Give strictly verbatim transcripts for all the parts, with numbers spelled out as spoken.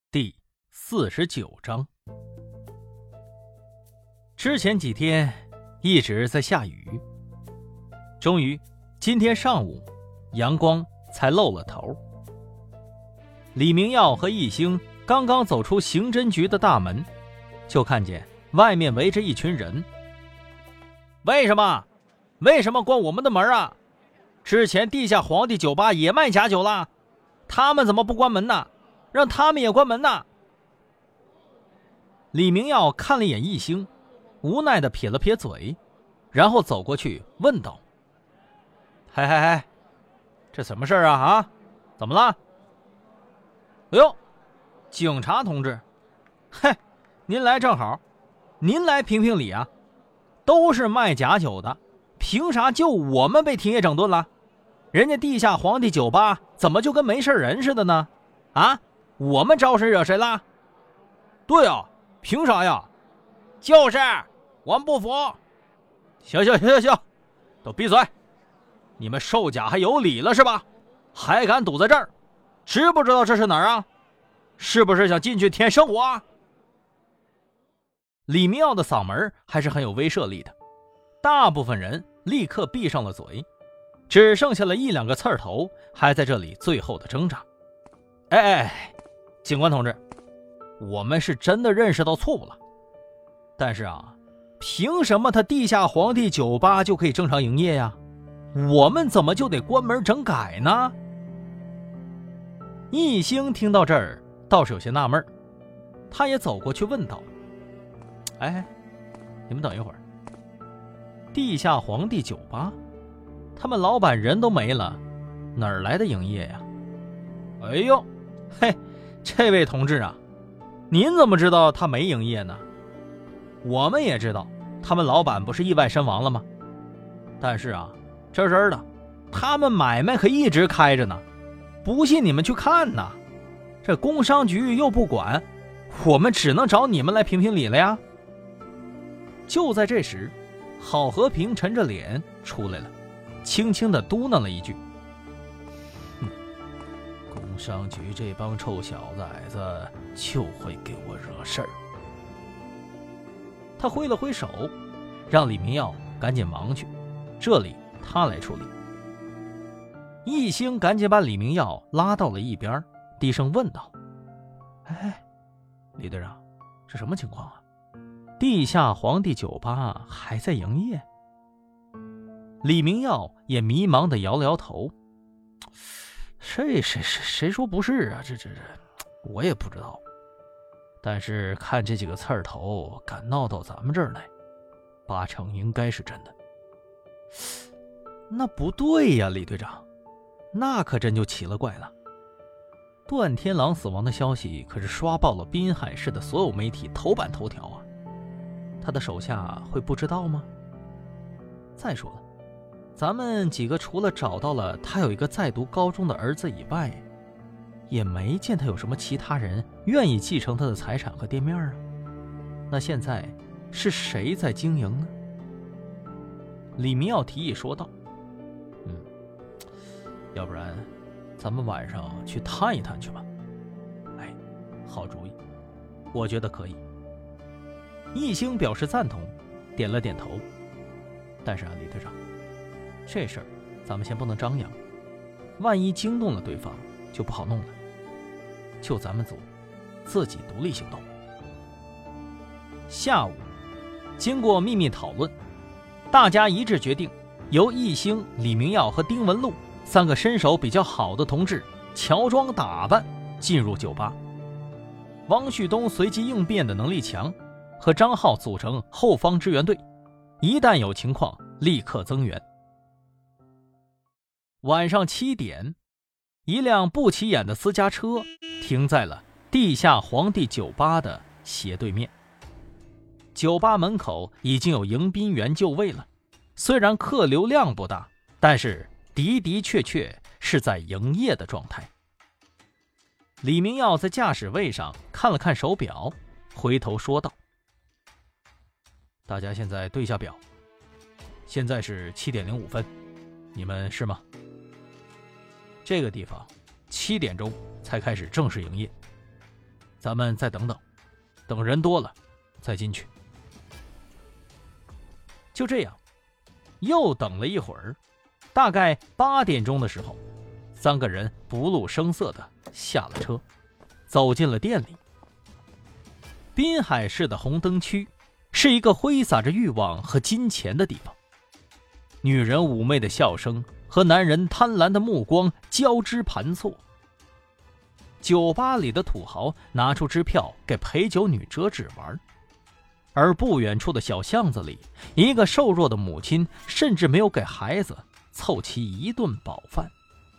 第四十九章。之前几天一直在下雨，终于今天上午阳光才露了头。李明耀和易兴刚刚走出刑侦局的大门，就看见外面围着一群人。为什么？为什么关我们的门啊？之前地下皇帝酒吧也卖假酒了，他们怎么不关门呢？让他们也关门呐！李明耀看了一眼易兴，无奈地撇了撇嘴，然后走过去问道：嗨嗨嗨，这什么事啊啊？怎么了？哎呦，警察同志，嘿，您来正好，您来评评理啊！都是卖假酒的，凭啥就我们被停业整顿了？人家地下皇帝酒吧怎么就跟没事人似的呢？啊？我们招谁惹谁啦？对啊，凭啥呀？就是我们不服。行行行行行，都闭嘴！你们售假还有理了是吧？还敢堵在这儿？知不知道这是哪儿啊？是不是想进去体验生活啊？李明耀的嗓门还是很有威慑力的，大部分人立刻闭上了嘴，只剩下了一两个刺儿头还在这里最后的挣扎。哎哎，警官同志，我们是真的认识到错误了，但是啊，凭什么他地下皇帝酒吧就可以正常营业呀？我们怎么就得关门整改呢？易兴听到这儿倒是有些纳闷，他也走过去问道：哎，你们等一会儿，地下皇帝酒吧他们老板人都没了，哪儿来的营业呀？哎呦，嘿，这位同志啊，您怎么知道他没营业呢？我们也知道他们老板不是意外身亡了吗？但是啊，真真的他们买卖可一直开着呢，不信你们去看呐。这工商局又不管，我们只能找你们来评评理了呀。就在这时，郝和平沉着脸出来了，轻轻地嘟囔了一句：工商局这帮臭小崽子就会给我惹事儿。他挥了挥手，让李明耀赶紧忙去，这里他来处理。易兴赶紧把李明耀拉到了一边，低声问道：哎，李队长，这什么情况啊？地下皇帝酒吧还在营业？李明耀也迷茫地摇了摇头：谁谁谁谁说不是啊？这这这，我也不知道。但是看这几个刺儿头敢闹到咱们这儿来，八成应该是真的。那不对呀，李队长，那可真就奇了怪了。段天狼死亡的消息可是刷爆了滨海市的所有媒体头版头条啊，他的手下会不知道吗？再说了，咱们几个除了找到了他有一个在读高中的儿子以外，也没见他有什么其他人愿意继承他的财产和店面啊。那现在是谁在经营呢？李明耀提议说道：嗯，要不然咱们晚上去探一探去吧。哎，好主意，我觉得可以。易兴表示赞同，点了点头。但是啊，李队长，这事儿咱们先不能张扬，万一惊动了对方就不好弄了。就咱们组自己独立行动。下午经过秘密讨论，大家一致决定由易兴、李明耀和丁文璐三个身手比较好的同志乔装打扮进入酒吧。汪旭东随机应变的能力强，和张浩组成后方支援队，一旦有情况立刻增援。晚上七点，一辆不起眼的私家车停在了地下皇帝酒吧的斜对面。酒吧门口已经有迎宾员就位了，虽然客流量不大，但是的的确确是在营业的状态。李明耀在驾驶位上看了看手表，回头说道：大家现在对一下表，现在是七点零五分，你们是吗？这个地方七点钟才开始正式营业， 咱们再等等，等人多了再进去。就这样，又等了一会儿，大概八点钟的时候，三个人不露声色地下了车，走进了店里。滨海市的红灯区是一个挥洒着欲望和金钱的地方，女人妩媚的笑声和男人贪婪的目光交织盘错。酒吧里的土豪拿出支票给陪酒女折纸玩，而不远处的小巷子里，一个瘦弱的母亲甚至没有给孩子凑齐一顿饱饭。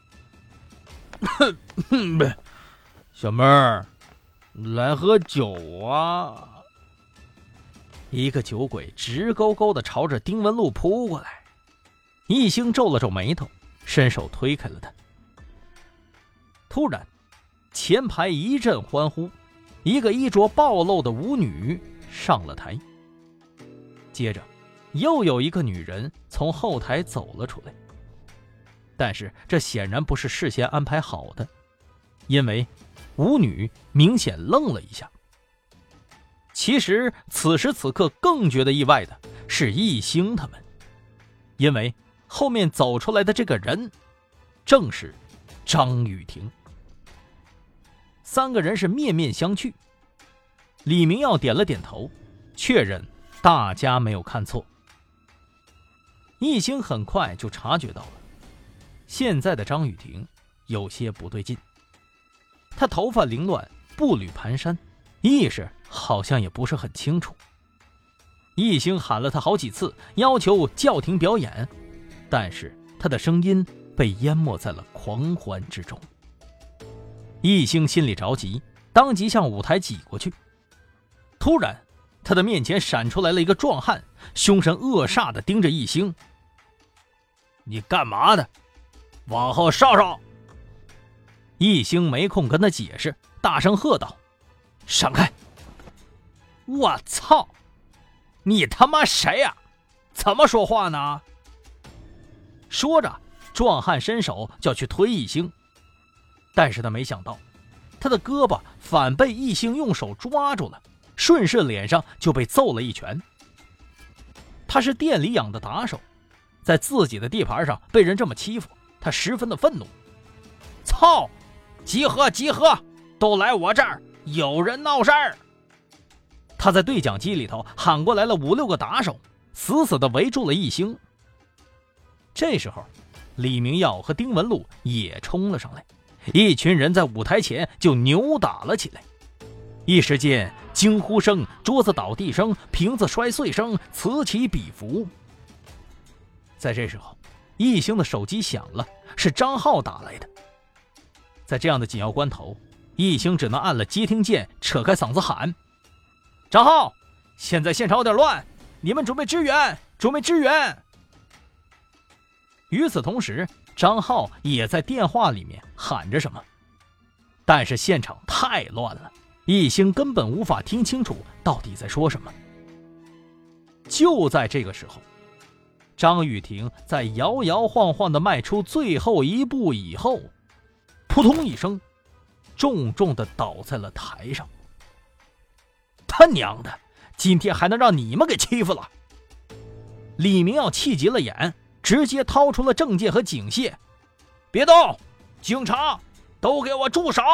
小妹儿，来喝酒啊！ 一个酒鬼直勾勾地朝着丁文璐扑过来，一星皱了皱眉头，伸手推开了他。突然，前排一阵欢呼，一个衣着暴露的舞女上了台。接着，又有一个女人从后台走了出来。但是这显然不是事先安排好的，因为舞女明显愣了一下。其实此时此刻更觉得意外的是易星他们，因为后面走出来的这个人正是张雨婷。三个人是面面相觑，李明耀点了点头，确认大家没有看错。易星很快就察觉到了，现在的张雨婷有些不对劲。她头发凌乱，步履蹒跚，意识好像也不是很清楚。易星喊了她好几次，要求叫停表演，但是她的声音被淹没在了狂欢之中。易星心里着急，当即向舞台挤过去。突然，他的面前闪出来了一个壮汉，凶神恶煞地盯着易星。 你干嘛的？往后稍稍！ 易星没空跟他解释，大声喝道：闪开！ 我操！你他妈谁呀、啊？怎么说话呢？ 说着，壮汉伸手就要去推易星，但是他没想到，他的胳膊反被易星用手抓住了，顺势脸上就被揍了一拳。他是店里养的打手，在自己的地盘上被人这么欺负，他十分的愤怒。 操！集合集合，都来我这儿，有人闹事儿！ 他在对讲机里头喊过来了五六个打手，死死地围住了易星。这时候，李明耀和丁文璐也冲了上来，一群人在舞台前就扭打了起来。一时间，惊呼声、桌子倒地声、瓶子摔碎声此起彼伏。在这时候，易星的手机响了，是张浩打来的。在这样的紧要关头，易星只能按了接听键，扯开嗓子喊：张浩，现在现场有点乱，你们准备支援，准备支援。与此同时，张浩也在电话里面喊着什么，但是现场太乱了，易星根本无法听清楚到底在说什么。就在这个时候，张雨婷在摇摇晃晃地迈出最后一步以后，扑通一声，重重地倒在了台上。他娘的，今天还能让你们给欺负了！李明耀气急了眼，直接掏出了证件和警械。别动！警察，都给我住手！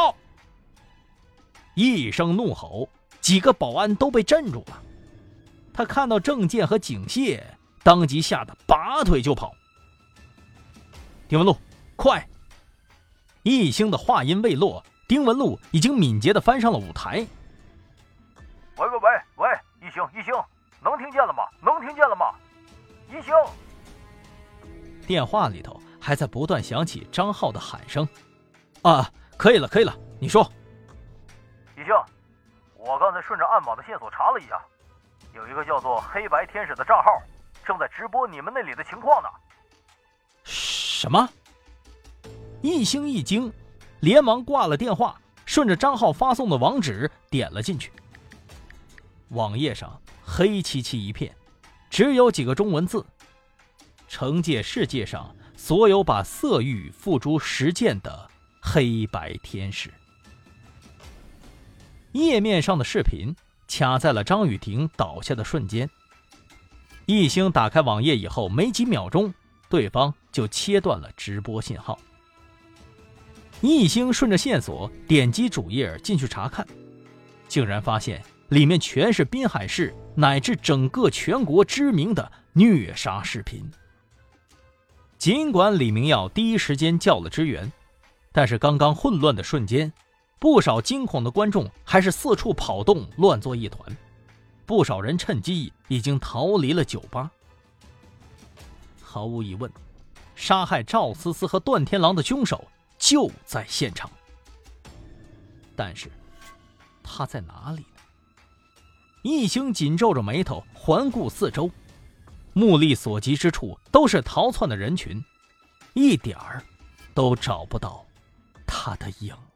一声怒吼，几个保安都被镇住了。他看到证件和警械，当即吓得拔腿就跑。丁文璐，快！易星的话音未落，丁文璐已经敏捷地翻上了舞台。 喂喂喂喂，一星一星，能听见了吗？能听见了吗？一星！ 电话里头还在不断响起张浩的喊声。啊，可以了可以了，你说。 一星，我刚才顺着暗网的线索查了一下，有一个叫做黑白天使的账号正在直播你们那里的情况呢。 什么？一星一惊，连忙挂了电话，顺着张浩发送的网址点了进去。网页上黑漆漆一片，只有几个中文字：惩戒世界上所有把色欲付诸实践的黑白天使。 页面上的视频卡在了张雨婷倒下的瞬间。易星打开网页以后，没几秒钟，对方就切断了直播信号。易星顺着线索点击主页进去查看，竟然发现里面全是滨海市乃至整个全国知名的虐杀视频。尽管李明耀第一时间叫了支援，但是刚刚混乱的瞬间，不少惊恐的观众还是四处跑动，乱作一团。不少人趁机已经逃离了酒吧。毫无疑问，杀害赵思思和段天狼的凶手就在现场。但是他在哪里呢？易星紧皱着眉头环顾四周，目力所及之处都是逃窜的人群，一点儿都找不到他的影子。